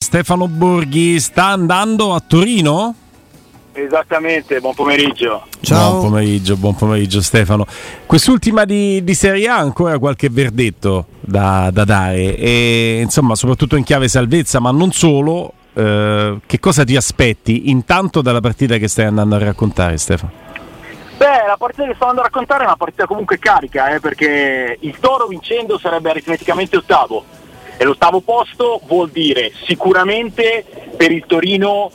Stefano Borghi sta andando a Torino? Esattamente, buon pomeriggio. Ciao. Buon pomeriggio Stefano. Quest'ultima di Serie A ancora qualche verdetto da dare e insomma soprattutto in chiave salvezza, ma non solo. Che cosa ti aspetti intanto dalla partita che stai andando a raccontare, Stefano? Beh, la partita che sto andando a raccontare è una partita comunque carica, perché il Toro vincendo sarebbe aritmeticamente ottavo e l'ottavo posto vuol dire sicuramente per il Torino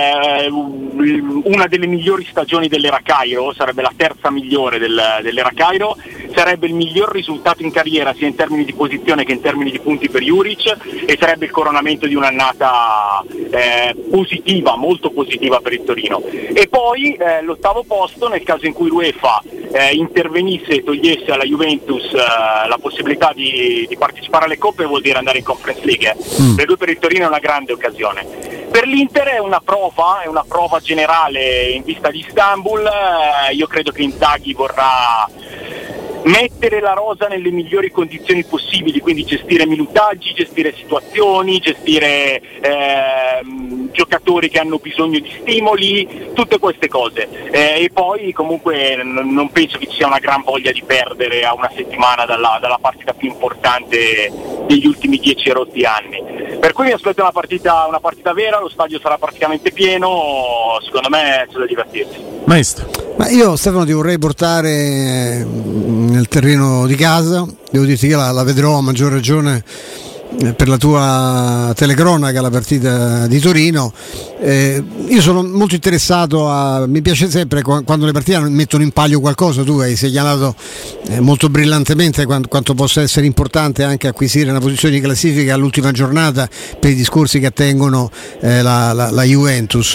una delle migliori stagioni dell'era Cairo, sarebbe la terza migliore dell'era Cairo, sarebbe il miglior risultato in carriera sia in termini di posizione che in termini di punti per Juric e sarebbe il coronamento di un'annata positiva, molto positiva per il Torino. E poi l'ottavo posto nel caso in cui l'UEFA intervenisse e togliesse alla Juventus la possibilità di partecipare alle coppe, vuol dire andare in Conference League. Per il Torino è una grande occasione. Per l'Inter è una prova generale in vista di Istanbul. Io credo che Inzaghi vorrà mettere la rosa nelle migliori condizioni possibili, quindi gestire minutaggi, gestire situazioni, gestire giocatori che hanno bisogno di stimoli, tutte queste cose. E poi comunque non penso che ci sia una gran voglia di perdere a una settimana dalla partita più importante degli ultimi 10 rotti anni. Per cui mi aspetto una partita vera, lo stadio sarà praticamente pieno, secondo me c'è da divertirsi. Maestro. Ma io Stefano ti vorrei portare nel terreno di casa, devo dirti che la vedrò a maggior ragione per la tua telecronaca la partita di Torino. Io sono molto interessato mi piace sempre quando le partite mettono in palio qualcosa. Tu hai segnalato molto brillantemente quanto possa essere importante anche acquisire una posizione di classifica all'ultima giornata per i discorsi che attengono la Juventus.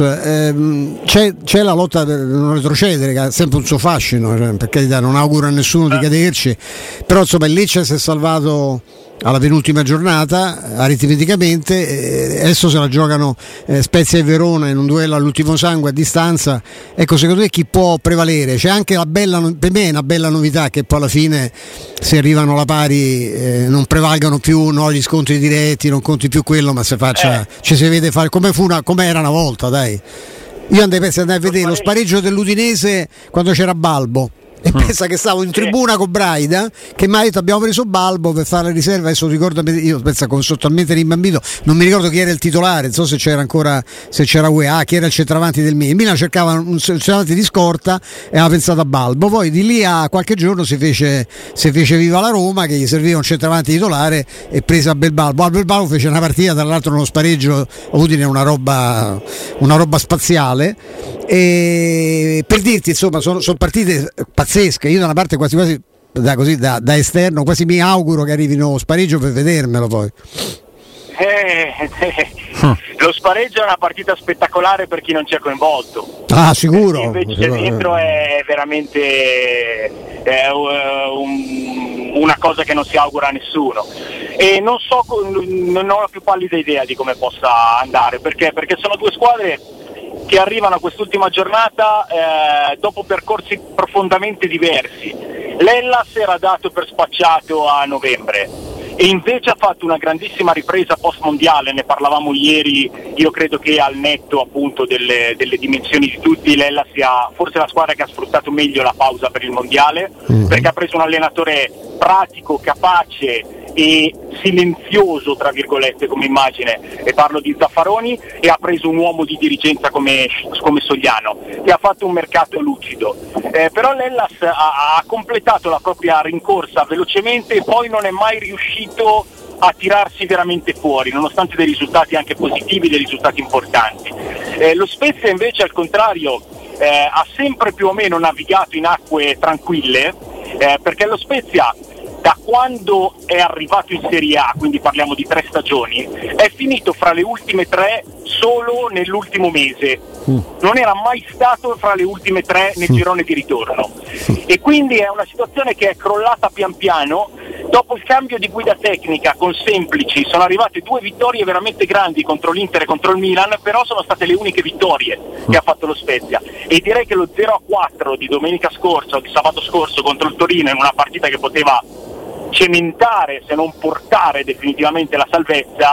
C'è la lotta per non retrocedere, che ha sempre un suo fascino, per carità, non auguro a nessuno di caderci, però insomma il Lecce si è salvato alla penultima giornata aritmeticamente, adesso se la giocano Spezia e Verona in un duello all'ultimo sangue a distanza. Ecco, secondo te chi può prevalere? C'è anche per me è una bella novità che poi alla fine, se arrivano alla pari, non prevalgano più gli scontri diretti, non conti più quello, ma ci si vede fare come era una volta, dai. Io andai a vedere lo spareggio dell'Udinese quando c'era Balbo e pensa che stavo in tribuna con Braida che mi ha detto abbiamo preso Balbo per fare la riserva. Adesso ricordo, io penso che sono talmente rimbambito, non mi ricordo chi era il titolare, non so se c'era UEA, chi era il centravanti del Milan. Milan cercava un centravanti di scorta e aveva pensato a Balbo. Poi di lì a qualche giorno si fece viva la Roma che gli serviva un centravanti titolare e prese a Belbalbo. Belbalbo fece una partita, tra l'altro uno spareggio Udine, una roba spaziale. E per dirti, insomma, sono partite pazzesche. Io da una parte quasi da esterno quasi mi auguro che arrivino spareggio per vedermelo poi. Lo spareggio è una partita spettacolare per chi non ci è coinvolto. Ah, sicuro. Invece dentro è veramente una cosa che non si augura a nessuno. E non ho la più pallida idea di come possa andare, perché sono due squadre che arrivano a quest'ultima giornata dopo percorsi profondamente diversi. L'Hellas era dato per spacciato a novembre e invece ha fatto una grandissima ripresa post mondiale, ne parlavamo ieri. Io credo che al netto appunto delle dimensioni di tutti, l'Hellas sia forse la squadra che ha sfruttato meglio la pausa per il mondiale, perché ha preso un allenatore pratico, capace e silenzioso tra virgolette come immagine, e parlo di Zaffaroni, e ha preso un uomo di dirigenza come Sogliano, che ha fatto un mercato lucido, però l'Hellas ha completato la propria rincorsa velocemente e poi non è mai riuscito a tirarsi veramente fuori, nonostante dei risultati anche positivi, dei risultati importanti. Lo Spezia invece al contrario ha sempre più o meno navigato in acque tranquille, perché lo Spezia da quando è arrivato in Serie A, quindi parliamo di 3 stagioni, è finito fra le ultime 3 solo nell'ultimo mese. Non era mai stato fra le ultime 3 nel girone di ritorno. E quindi è una situazione che è crollata pian piano. Dopo il cambio di guida tecnica con Semplici sono arrivate 2 vittorie veramente grandi contro l'Inter e contro il Milan, però sono state le uniche vittorie che ha fatto lo Spezia. E direi che lo 0-4 di domenica scorsa o di sabato scorso contro il Torino, in una partita che poteva cementare, se non portare definitivamente la salvezza,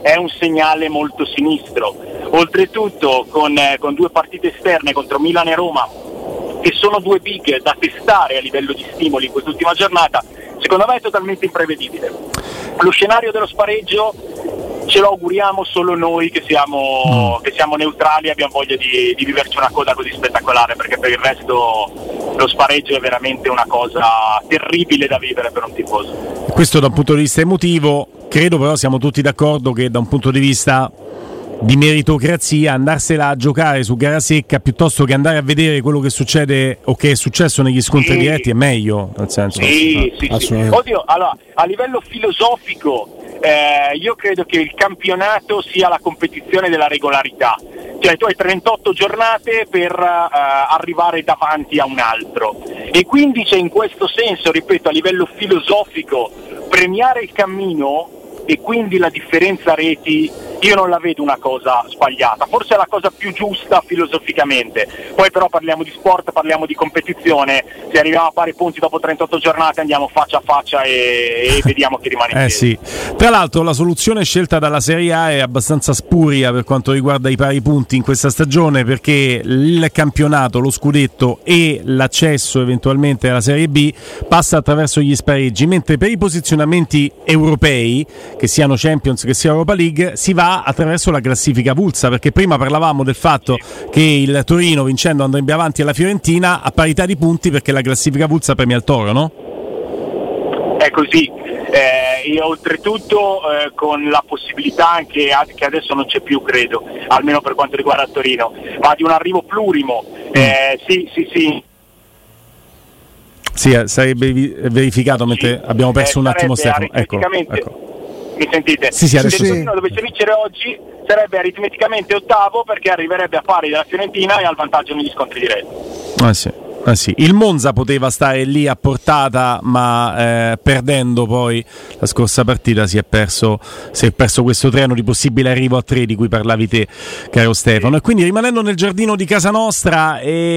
è un segnale molto sinistro. Oltretutto con 2 partite esterne contro Milan e Roma, che sono 2 big da testare a livello di stimoli in quest'ultima giornata, secondo me è totalmente imprevedibile. Lo scenario dello spareggio ce lo auguriamo solo noi che siamo neutrali e abbiamo voglia di viverci una cosa così spettacolare, perché per il resto lo spareggio è veramente una cosa terribile da vivere per un tifoso. Questo da un punto di vista emotivo. Credo però siamo tutti d'accordo che da un punto di vista di meritocrazia andarsela a giocare su gara secca piuttosto che andare a vedere quello che succede o che è successo negli scontri diretti è meglio, nel senso. Sì. Oddio, allora, a livello filosofico io credo che il campionato sia la competizione della regolarità, cioè tu hai 38 giornate per arrivare davanti a un altro, e quindi c'è in questo senso, ripeto, a livello filosofico, premiare il cammino e quindi la differenza reti, io non la vedo una cosa sbagliata, forse è la cosa più giusta filosoficamente. Poi però parliamo di sport, parliamo di competizione, se arriviamo a pari punti dopo 38 giornate andiamo faccia a faccia e vediamo chi rimane in piedi. Sì. Tra l'altro la soluzione scelta dalla Serie A è abbastanza spuria per quanto riguarda i pari punti in questa stagione, perché il campionato, lo scudetto e l'accesso eventualmente alla Serie B passa attraverso gli spareggi, mentre per i posizionamenti europei, che siano Champions che sia Europa League, si va attraverso la classifica Vulsa, perché prima parlavamo del fatto che il Torino vincendo andrebbe avanti alla Fiorentina a parità di punti perché la classifica Vulsa premia il Toro, no? È così, e oltretutto con la possibilità anche che adesso non c'è più, credo, almeno per quanto riguarda il Torino, ma di un arrivo plurimo. Sì, sarebbe verificato mentre abbiamo perso un attimo Stefano. Ecco. Mi sentite? Sì, se il Torino dovesse vincere oggi sarebbe aritmeticamente ottavo, perché arriverebbe a pari della Fiorentina e al vantaggio negli scontri diretti. Sì. Il Monza poteva stare lì a portata, ma perdendo poi la scorsa partita si è perso questo treno di possibile arrivo a 3 di cui parlavi te, caro Stefano. E quindi, rimanendo nel giardino di casa nostra,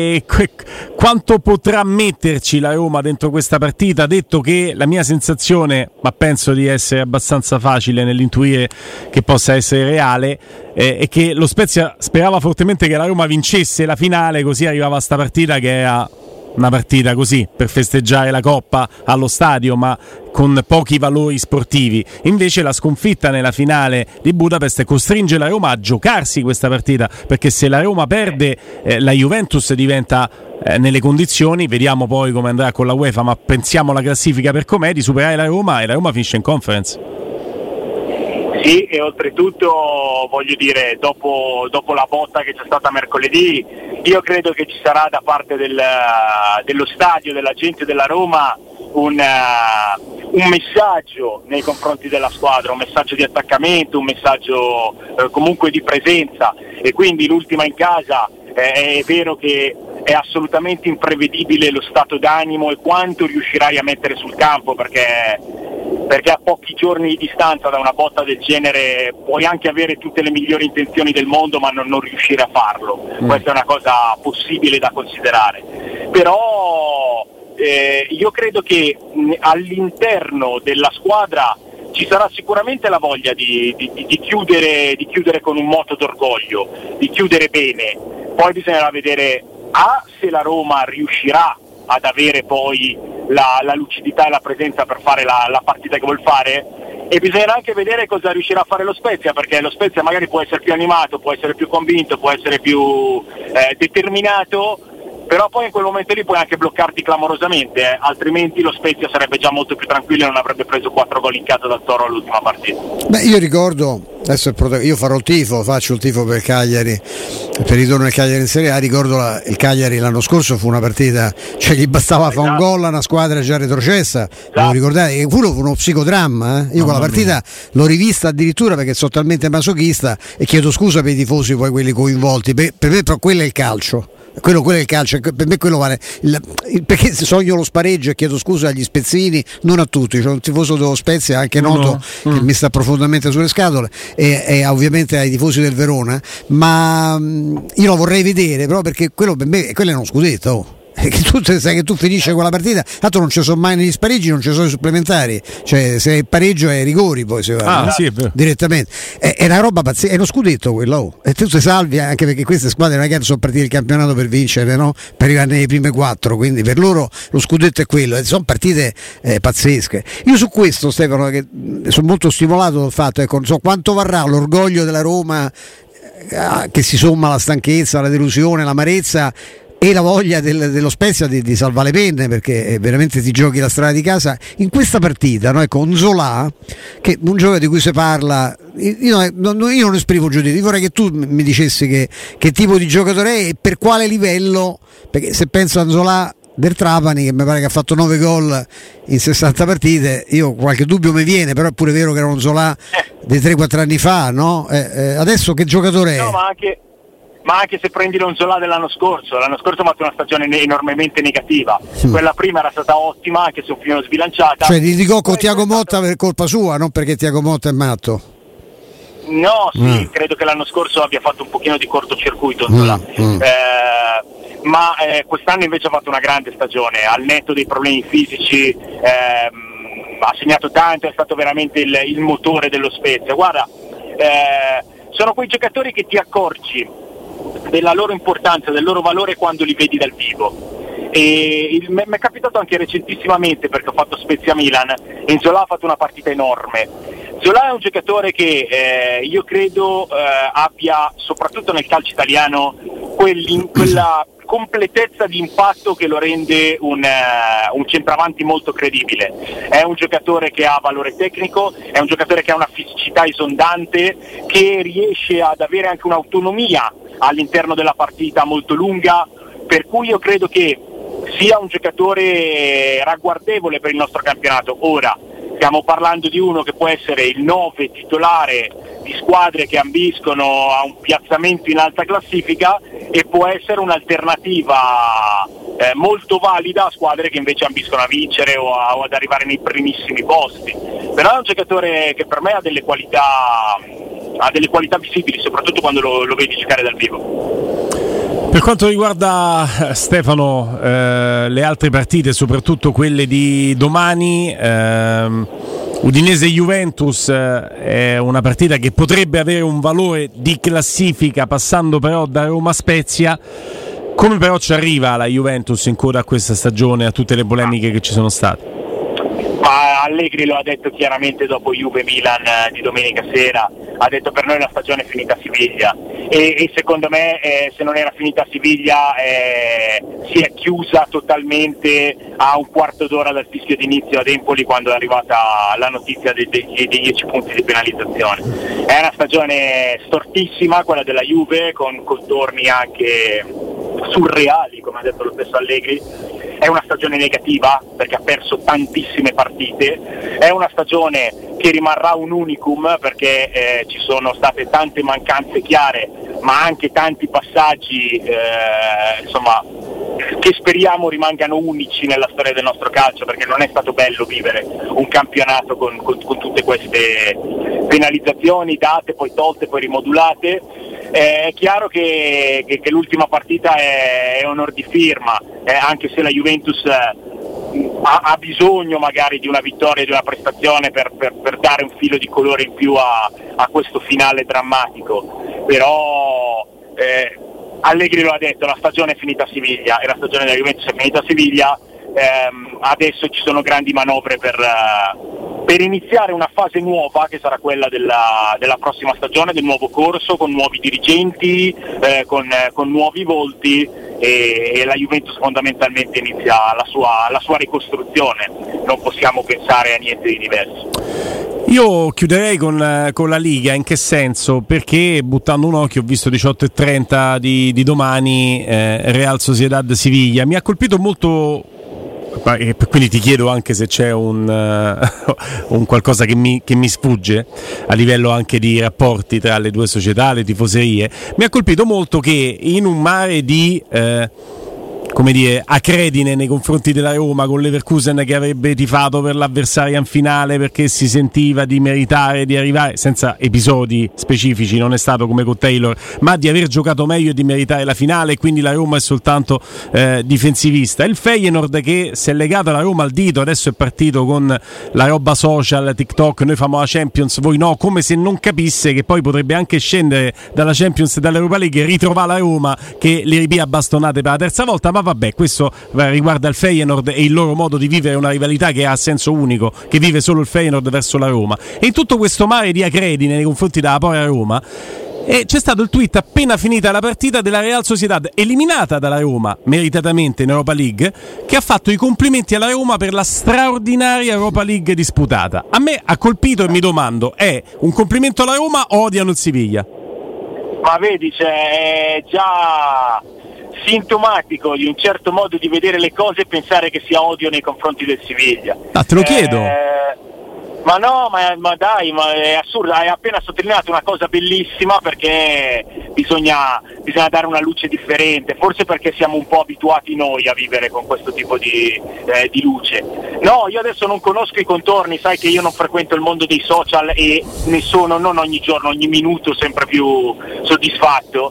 quanto potrà metterci la Roma dentro questa partita? Detto che la mia sensazione, ma penso di essere abbastanza facile nell'intuire che possa essere reale, è che lo Spezia sperava fortemente che la Roma vincesse la finale, così arrivava a sta partita che era una partita così per festeggiare la Coppa allo stadio, ma con pochi valori sportivi. Invece la sconfitta nella finale di Budapest costringe la Roma a giocarsi questa partita, perché se la Roma perde la Juventus diventa nelle condizioni, vediamo poi come andrà con la UEFA, ma pensiamo alla classifica per com'è, di superare la Roma, e la Roma finisce in Conference. Sì, e oltretutto voglio dire, dopo la botta che c'è stata mercoledì, io credo che ci sarà da parte dello stadio, della gente della Roma, un messaggio nei confronti della squadra, un messaggio di attaccamento, un messaggio comunque di presenza, e quindi l'ultima in casa è vero che è assolutamente imprevedibile lo stato d'animo e quanto riuscirai a mettere sul campo, perché a pochi giorni di distanza da una botta del genere puoi anche avere tutte le migliori intenzioni del mondo ma non riuscire a farlo. Questa è una cosa possibile da considerare, però io credo che all'interno della squadra ci sarà sicuramente la voglia di chiudere con un moto d'orgoglio, di chiudere bene. Poi bisognerà vedere se la Roma riuscirà ad avere poi la lucidità e la presenza per fare la partita che vuol fare, e bisognerà anche vedere cosa riuscirà a fare lo Spezia, perché lo Spezia magari può essere più animato, può essere più convinto, può essere più determinato, però poi in quel momento lì puoi anche bloccarti clamorosamente, altrimenti lo Spezia sarebbe già molto più tranquillo e non avrebbe preso 4 gol in casa dal Toro all'ultima partita. Beh, io ricordo, adesso io faccio il tifo per Cagliari, per il ritorno del Cagliari in Serie A. Ricordo il Cagliari l'anno scorso fu una partita, cioè gli bastava fare un gol a una squadra già retrocessa, lo ricordate? E fu uno psicodramma, Io quella partita l'ho rivista addirittura perché sono talmente masochista, e chiedo scusa per i tifosi poi quelli coinvolti, per me però quello è il calcio. Quello è il calcio, per me quello vale perché sogno lo spareggio, e chiedo scusa agli spezzini, non a tutti, c'è un tifoso dello Spezia anche noto che mi sta profondamente sulle scatole, e ovviamente ai tifosi del Verona, ma io lo vorrei vedere, però perché quello per me è uno scudetto. che tu sai che tu finisci quella partita, tanto non ci sono mai negli spareggi, non ci sono i supplementari, cioè se è pareggio è rigori, poi si va sì, è vero. direttamente, è una roba pazzesca, è uno scudetto quello, e tu sei salvi, anche perché queste squadre non è che sono partite il campionato per vincere, no? Per arrivare nelle prime 4, quindi per loro lo scudetto è quello, sono partite pazzesche. Io su questo, Stefano, che sono molto stimolato dal fatto, ecco, non so quanto varrà l'orgoglio della Roma che si somma alla stanchezza, alla delusione, l'amarezza e la voglia dello Spezia di salvare le penne, perché veramente ti giochi la strada di casa in questa partita, no? Ecco, un Zola, che un giocatore di cui si parla, io non esprimo giudizio, vorrei che tu mi dicessi che tipo di giocatore è e per quale livello, perché se penso a Zola del Trapani, che mi pare che ha fatto 9 gol in 60 partite, io qualche dubbio mi viene, però è pure vero che era un Zola dei 3-4 anni fa, no? Adesso che giocatore è? No, ma anche se prendi lo Zola dell'anno scorso ha fatto una stagione enormemente negativa, quella prima era stata ottima, anche se un filo sbilanciata. Cioè ti dico con Thiago Motta per colpa sua, non perché Thiago Motta è matto. No, sì, credo che l'anno scorso abbia fatto un pochino di cortocircuito Zola. Ma quest'anno invece ha fatto una grande stagione, al netto dei problemi fisici, ha segnato tanto, è stato veramente il motore dello Spezia. Guarda, sono quei giocatori che ti accorgi della loro importanza, del loro valore quando li vedi dal vivo. E mi è capitato anche recentissimamente, perché ho fatto Spezia Milan e Zola ha fatto una partita enorme. Zola è un giocatore che io credo abbia, soprattutto nel calcio italiano, quella completezza di impatto che lo rende un centravanti molto credibile. È un giocatore che ha valore tecnico, è un giocatore che ha una fisicità esondante, che riesce ad avere anche un'autonomia all'interno della partita molto lunga, per cui io credo che sia un giocatore ragguardevole per il nostro campionato. Ora stiamo parlando di uno che può essere il 9 titolare di squadre che ambiscono a un piazzamento in alta classifica e può essere un'alternativa molto valida a squadre che invece ambiscono a vincere o ad arrivare nei primissimi posti. Però è un giocatore che per me ha delle qualità visibili, soprattutto quando lo vedi giocare dal vivo. Per quanto riguarda Stefano, le altre partite, soprattutto quelle di domani, Udinese-Juventus è una partita che potrebbe avere un valore di classifica passando però da Roma-Spezia. Come però ci arriva la Juventus in coda a questa stagione, a tutte le polemiche che ci sono state? Ma Allegri lo ha detto chiaramente dopo Juve-Milan di domenica sera, ha detto per noi la stagione è finita a Siviglia e secondo me se non era finita a Siviglia si è chiusa totalmente a un quarto d'ora dal fischio d'inizio ad Empoli, quando è arrivata la notizia dei 10 punti di penalizzazione. È una stagione stortissima quella della Juve, con contorni anche surreali, come ha detto lo stesso Allegri. È una stagione negativa perché ha perso tantissime partite, è una stagione che rimarrà un unicum perché ci sono state tante mancanze chiare, ma anche tanti passaggi che speriamo rimangano unici nella storia del nostro calcio, perché non è stato bello vivere un campionato con tutte queste penalizzazioni date, poi tolte, poi rimodulate. È chiaro che l'ultima partita è onor di firma, anche se la Juventus ha bisogno magari di una vittoria, di una prestazione per dare un filo di colore in più a questo finale drammatico. Però Allegri lo ha detto, la stagione è finita a Siviglia e la stagione della Juventus è finita a Siviglia. Adesso ci sono grandi manovre per iniziare una fase nuova, che sarà quella della prossima stagione, del nuovo corso, con nuovi dirigenti, con nuovi volti, e la Juventus fondamentalmente inizia la sua ricostruzione. Non possiamo pensare a niente di diverso. Io chiuderei con la Liga. In che senso? Perché buttando un occhio ho visto 18:30 di domani Real Sociedad Siviglia. Mi ha colpito molto, quindi ti chiedo anche se c'è un qualcosa che mi sfugge a livello anche di rapporti tra le due società, le tifoserie. Mi ha colpito molto che in un mare di come dire, acredine nei confronti della Roma, con Leverkusen che avrebbe tifato per l'avversaria in finale perché si sentiva di meritare di arrivare, senza episodi specifici, non è stato come con Taylor, ma di aver giocato meglio e di meritare la finale, e quindi la Roma è soltanto difensivista. Il Feyenoord che si è legato alla Roma al dito, adesso è partito con la roba social, TikTok, noi famo la Champions, voi no, come se non capisse che poi potrebbe anche scendere dalla Champions e dall'Europa League e ritrovare la Roma che li ripia bastonate per la terza volta. Ma vabbè, questo riguarda il Feyenoord e il loro modo di vivere una rivalità che ha senso unico, che vive solo il Feyenoord verso la Roma. E in tutto questo mare di acredine nei confronti della povera Roma c'è stato il tweet appena finita la partita della Real Sociedad, eliminata dalla Roma meritatamente in Europa League, che ha fatto i complimenti alla Roma per la straordinaria Europa League disputata. A me ha colpito e mi domando, è un complimento alla Roma o odiano il Siviglia? Ma vedi, è già sintomatico di un certo modo di vedere le cose e pensare che sia odio nei confronti del Siviglia. Te lo chiedo. Ma no, ma dai, ma è assurdo, hai appena sottolineato una cosa bellissima, perché bisogna dare una luce differente, forse perché siamo un po' abituati noi a vivere con questo tipo di luce. No, io adesso non conosco i contorni, sai che io non frequento il mondo dei social e ne sono non ogni giorno, ogni minuto sempre più soddisfatto,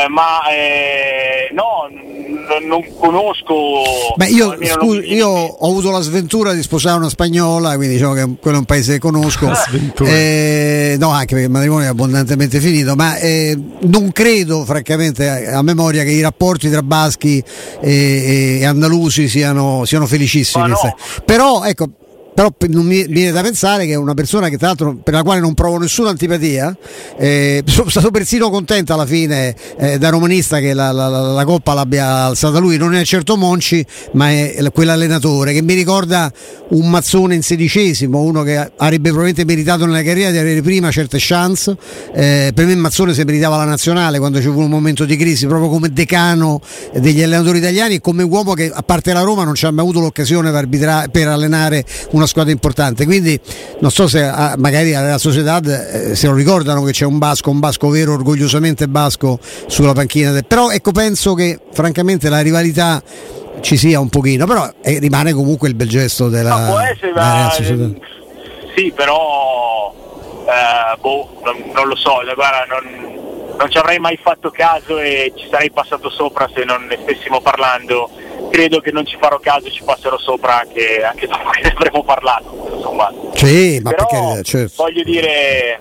non conosco. Beh, io ho avuto la sventura di sposare una spagnola, quindi diciamo che quello è un paese che conosco. No, anche perché il matrimonio è abbondantemente finito, ma non credo francamente a memoria che i rapporti tra baschi e andalusi siano felicissimi. No. Però ecco, non mi viene da pensare che una persona che tra l'altro per la quale non provo nessuna antipatia, sono stato persino contento alla fine da romanista che la coppa l'abbia alzata lui, non è certo Monci ma è quell'allenatore che mi ricorda un Mazzone in 16esimo, uno che avrebbe probabilmente meritato nella carriera di avere prima certe chance. Per me Mazzone si meritava la nazionale quando c'è un momento di crisi, proprio come decano degli allenatori italiani e come uomo che a parte la Roma non ci ha mai avuto l'occasione per allenare una squadra importante, quindi non so se magari alla Sociedad se lo ricordano che c'è un basco vero, orgogliosamente basco sulla panchina però ecco, penso che francamente la rivalità ci sia un pochino, però rimane comunque il bel gesto della può essere, Real Sociedad. Sì, però non lo so, guarda, non ci avrei mai fatto caso e ci sarei passato sopra se non ne stessimo parlando. Credo che non ci farò caso, ci passerò sopra anche dopo che ne avremo parlato, insomma. Sì, ma però, perché certo. Voglio dire,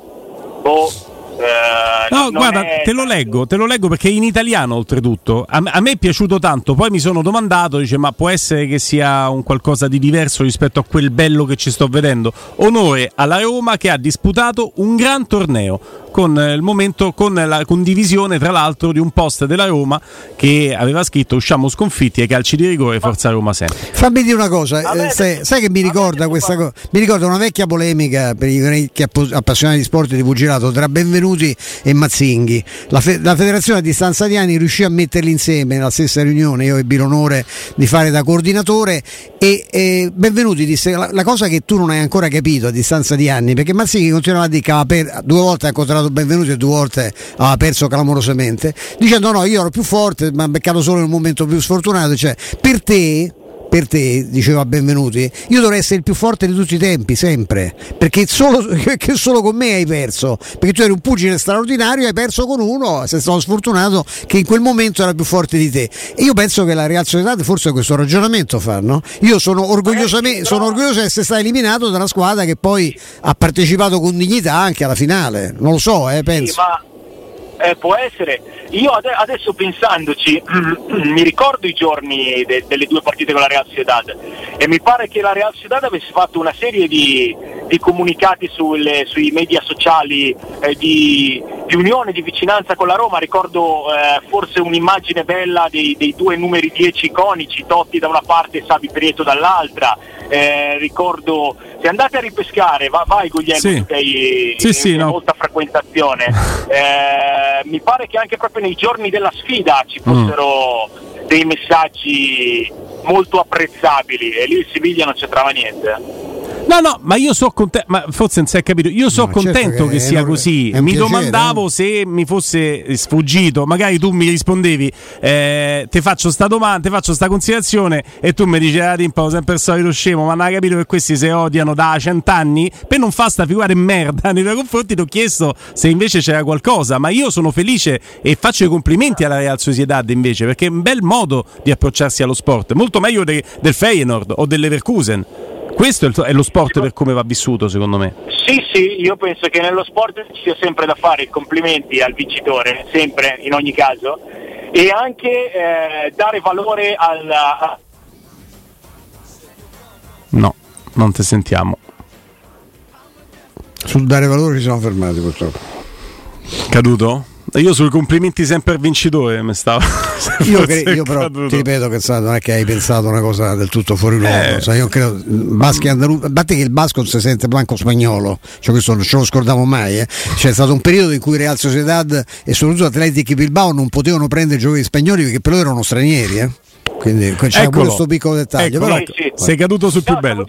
guarda, te lo leggo perché in italiano oltretutto. A me è piaciuto tanto, poi mi sono domandato, dice, ma può essere che sia un qualcosa di diverso rispetto a quel bello che ci sto vedendo. Onore alla Roma che ha disputato un gran torneo con la condivisione tra l'altro di un post della Roma che aveva scritto usciamo sconfitti ai calci di rigore, forza Roma sempre. Fammi dire una cosa, sai che mi ricorda questa cosa? Mi ricorda una vecchia polemica per i appassionati di sport e di pugilato tra Benvenuti e Mazzinghi. La federazione a distanza di anni riuscì a metterli insieme nella stessa riunione, io ebbi l'onore di fare da coordinatore e Benvenuti disse la cosa che tu non hai ancora capito a distanza di anni, perché Mazzinghi continuava a dire che due volte ha incontrato Benvenuti e due volte aveva perso clamorosamente, dicendo no, io ero più forte ma ha beccato solo nel momento più sfortunato, cioè per te, diceva Benvenuti, io dovrei essere il più forte di tutti i tempi, sempre, perché solo con me hai perso, perché tu eri un pugile straordinario e hai perso con uno, sei stato sfortunato che in quel momento era più forte di te. E io penso che la Real Sociedad forse questo ragionamento fa, no? Io sono orgoglioso di essere stato eliminato dalla squadra che poi ha partecipato con dignità anche alla finale, non lo so, penso. Sì, ma può essere. Io adesso pensandoci mi ricordo i giorni delle due partite con la Real Sociedad e mi pare che la Real Sociedad avesse fatto una serie di comunicati sui media sociali di unione, di vicinanza con la Roma. Ricordo forse un'immagine bella dei due numeri 10 iconici, Totti da una parte e Savi Prieto dall'altra. Ricordo, se andate a ripescare, vai Guglielmo, sì. Hai molta frequentazione. Mi pare che anche proprio nei giorni della sfida ci fossero dei messaggi molto apprezzabili e lì il Siviglia non c'entrava niente. No, ma io so contento, ma forse non si è capito, io so contento certo che sia così. Mi domandavo se mi fosse sfuggito, magari tu mi rispondevi, ti faccio sta domanda, ti faccio sta considerazione e tu mi dici, Timpano, sempre il solito scemo, ma non hai capito che questi si odiano da 100 anni? Per non far sta figura di merda nei tuoi confronti ti ho chiesto se invece c'era qualcosa, ma io sono felice e faccio i complimenti alla Real Sociedad invece, perché è un bel modo di approcciarsi allo sport, molto meglio del Feyenoord o del Leverkusen. Questo è lo sport per come va vissuto, secondo me. Sì, io penso che nello sport ci sia sempre da fare i complimenti al vincitore, sempre, in ogni caso, e anche dare valore No, non ti sentiamo. Sul dare valore ci siamo fermati purtroppo. Caduto? Io sui complimenti sempre al vincitore mi stavo. Io però ti ripeto che non è che hai pensato una cosa del tutto fuori luogo. Io credo baschi andalù, batte che il basco non si sente manco spagnolo, cioè questo non ce lo scordavo mai. C'è stato un periodo in cui Real Sociedad e soprattutto Athletic Bilbao non potevano prendere giocatori spagnoli perché per loro erano stranieri. Quindi c'è pure questo piccolo dettaglio. Però, sì. Sei caduto sul più bello.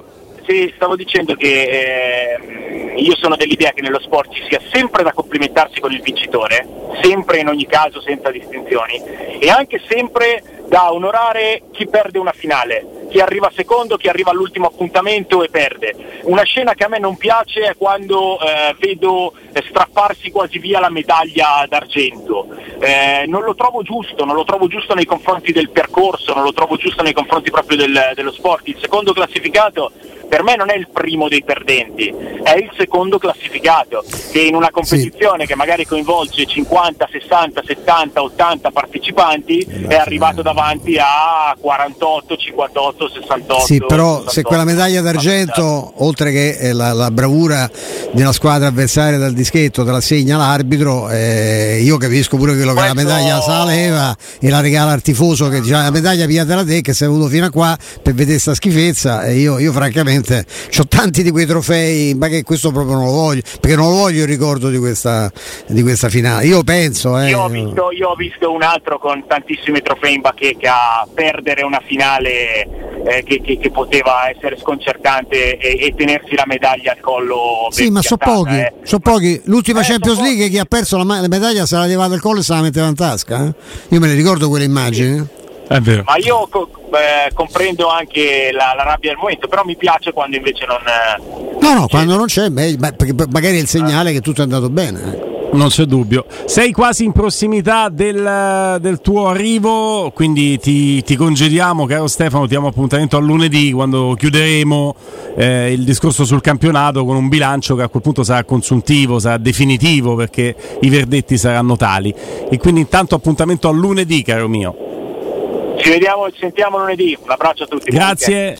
Stavo dicendo che io sono dell'idea che nello sport ci sia sempre da complimentarsi con il vincitore, sempre, in ogni caso, senza distinzioni, e anche sempre da onorare chi perde una finale, chi arriva secondo, chi arriva all'ultimo appuntamento e perde. Una scena che a me non piace è quando vedo strapparsi quasi via la medaglia d'argento. Non lo trovo giusto nei confronti del percorso, non lo trovo giusto nei confronti proprio dello sport. Il secondo classificato per me non è il primo dei perdenti, è il secondo classificato, che in una competizione che magari coinvolge 50, 60, 70, 80 partecipanti è arrivato davanti a 48, 58, 68. Sì, però 68, se quella medaglia d'argento, oltre che la bravura di una squadra avversaria dal dischetto, te la segna l'arbitro, io capisco pure quello che la medaglia se la leva e la regala al tifoso che dice la medaglia pigliatela te che sei venuto fino a qua per vedere sta schifezza, e io francamente c'ho tanti di quei trofei, ma che questo proprio non lo voglio, perché non lo voglio il ricordo di questa finale. Io penso io ho visto un altro con tantissimi trofei in bacheca perdere una finale che poteva essere sconcertante e tenersi la medaglia al collo. Sì, ma so pochi. L'ultima Champions League chi ha perso la medaglia se la levava al collo e se la metteva in tasca. Io me le ricordo quelle immagini. Sì. È vero. Ma io comprendo anche la rabbia del momento, però mi piace quando invece non. No, quando non c'è, perché magari è il segnale che tutto è andato bene. Non c'è dubbio. Sei quasi in prossimità del tuo arrivo, quindi ti congediamo, caro Stefano. Ti diamo appuntamento a lunedì quando chiuderemo il discorso sul campionato con un bilancio che a quel punto sarà consuntivo, sarà definitivo, perché i verdetti saranno tali. E quindi intanto appuntamento a lunedì, caro mio. Ci vediamo e ci sentiamo lunedì. Un abbraccio a tutti. Grazie.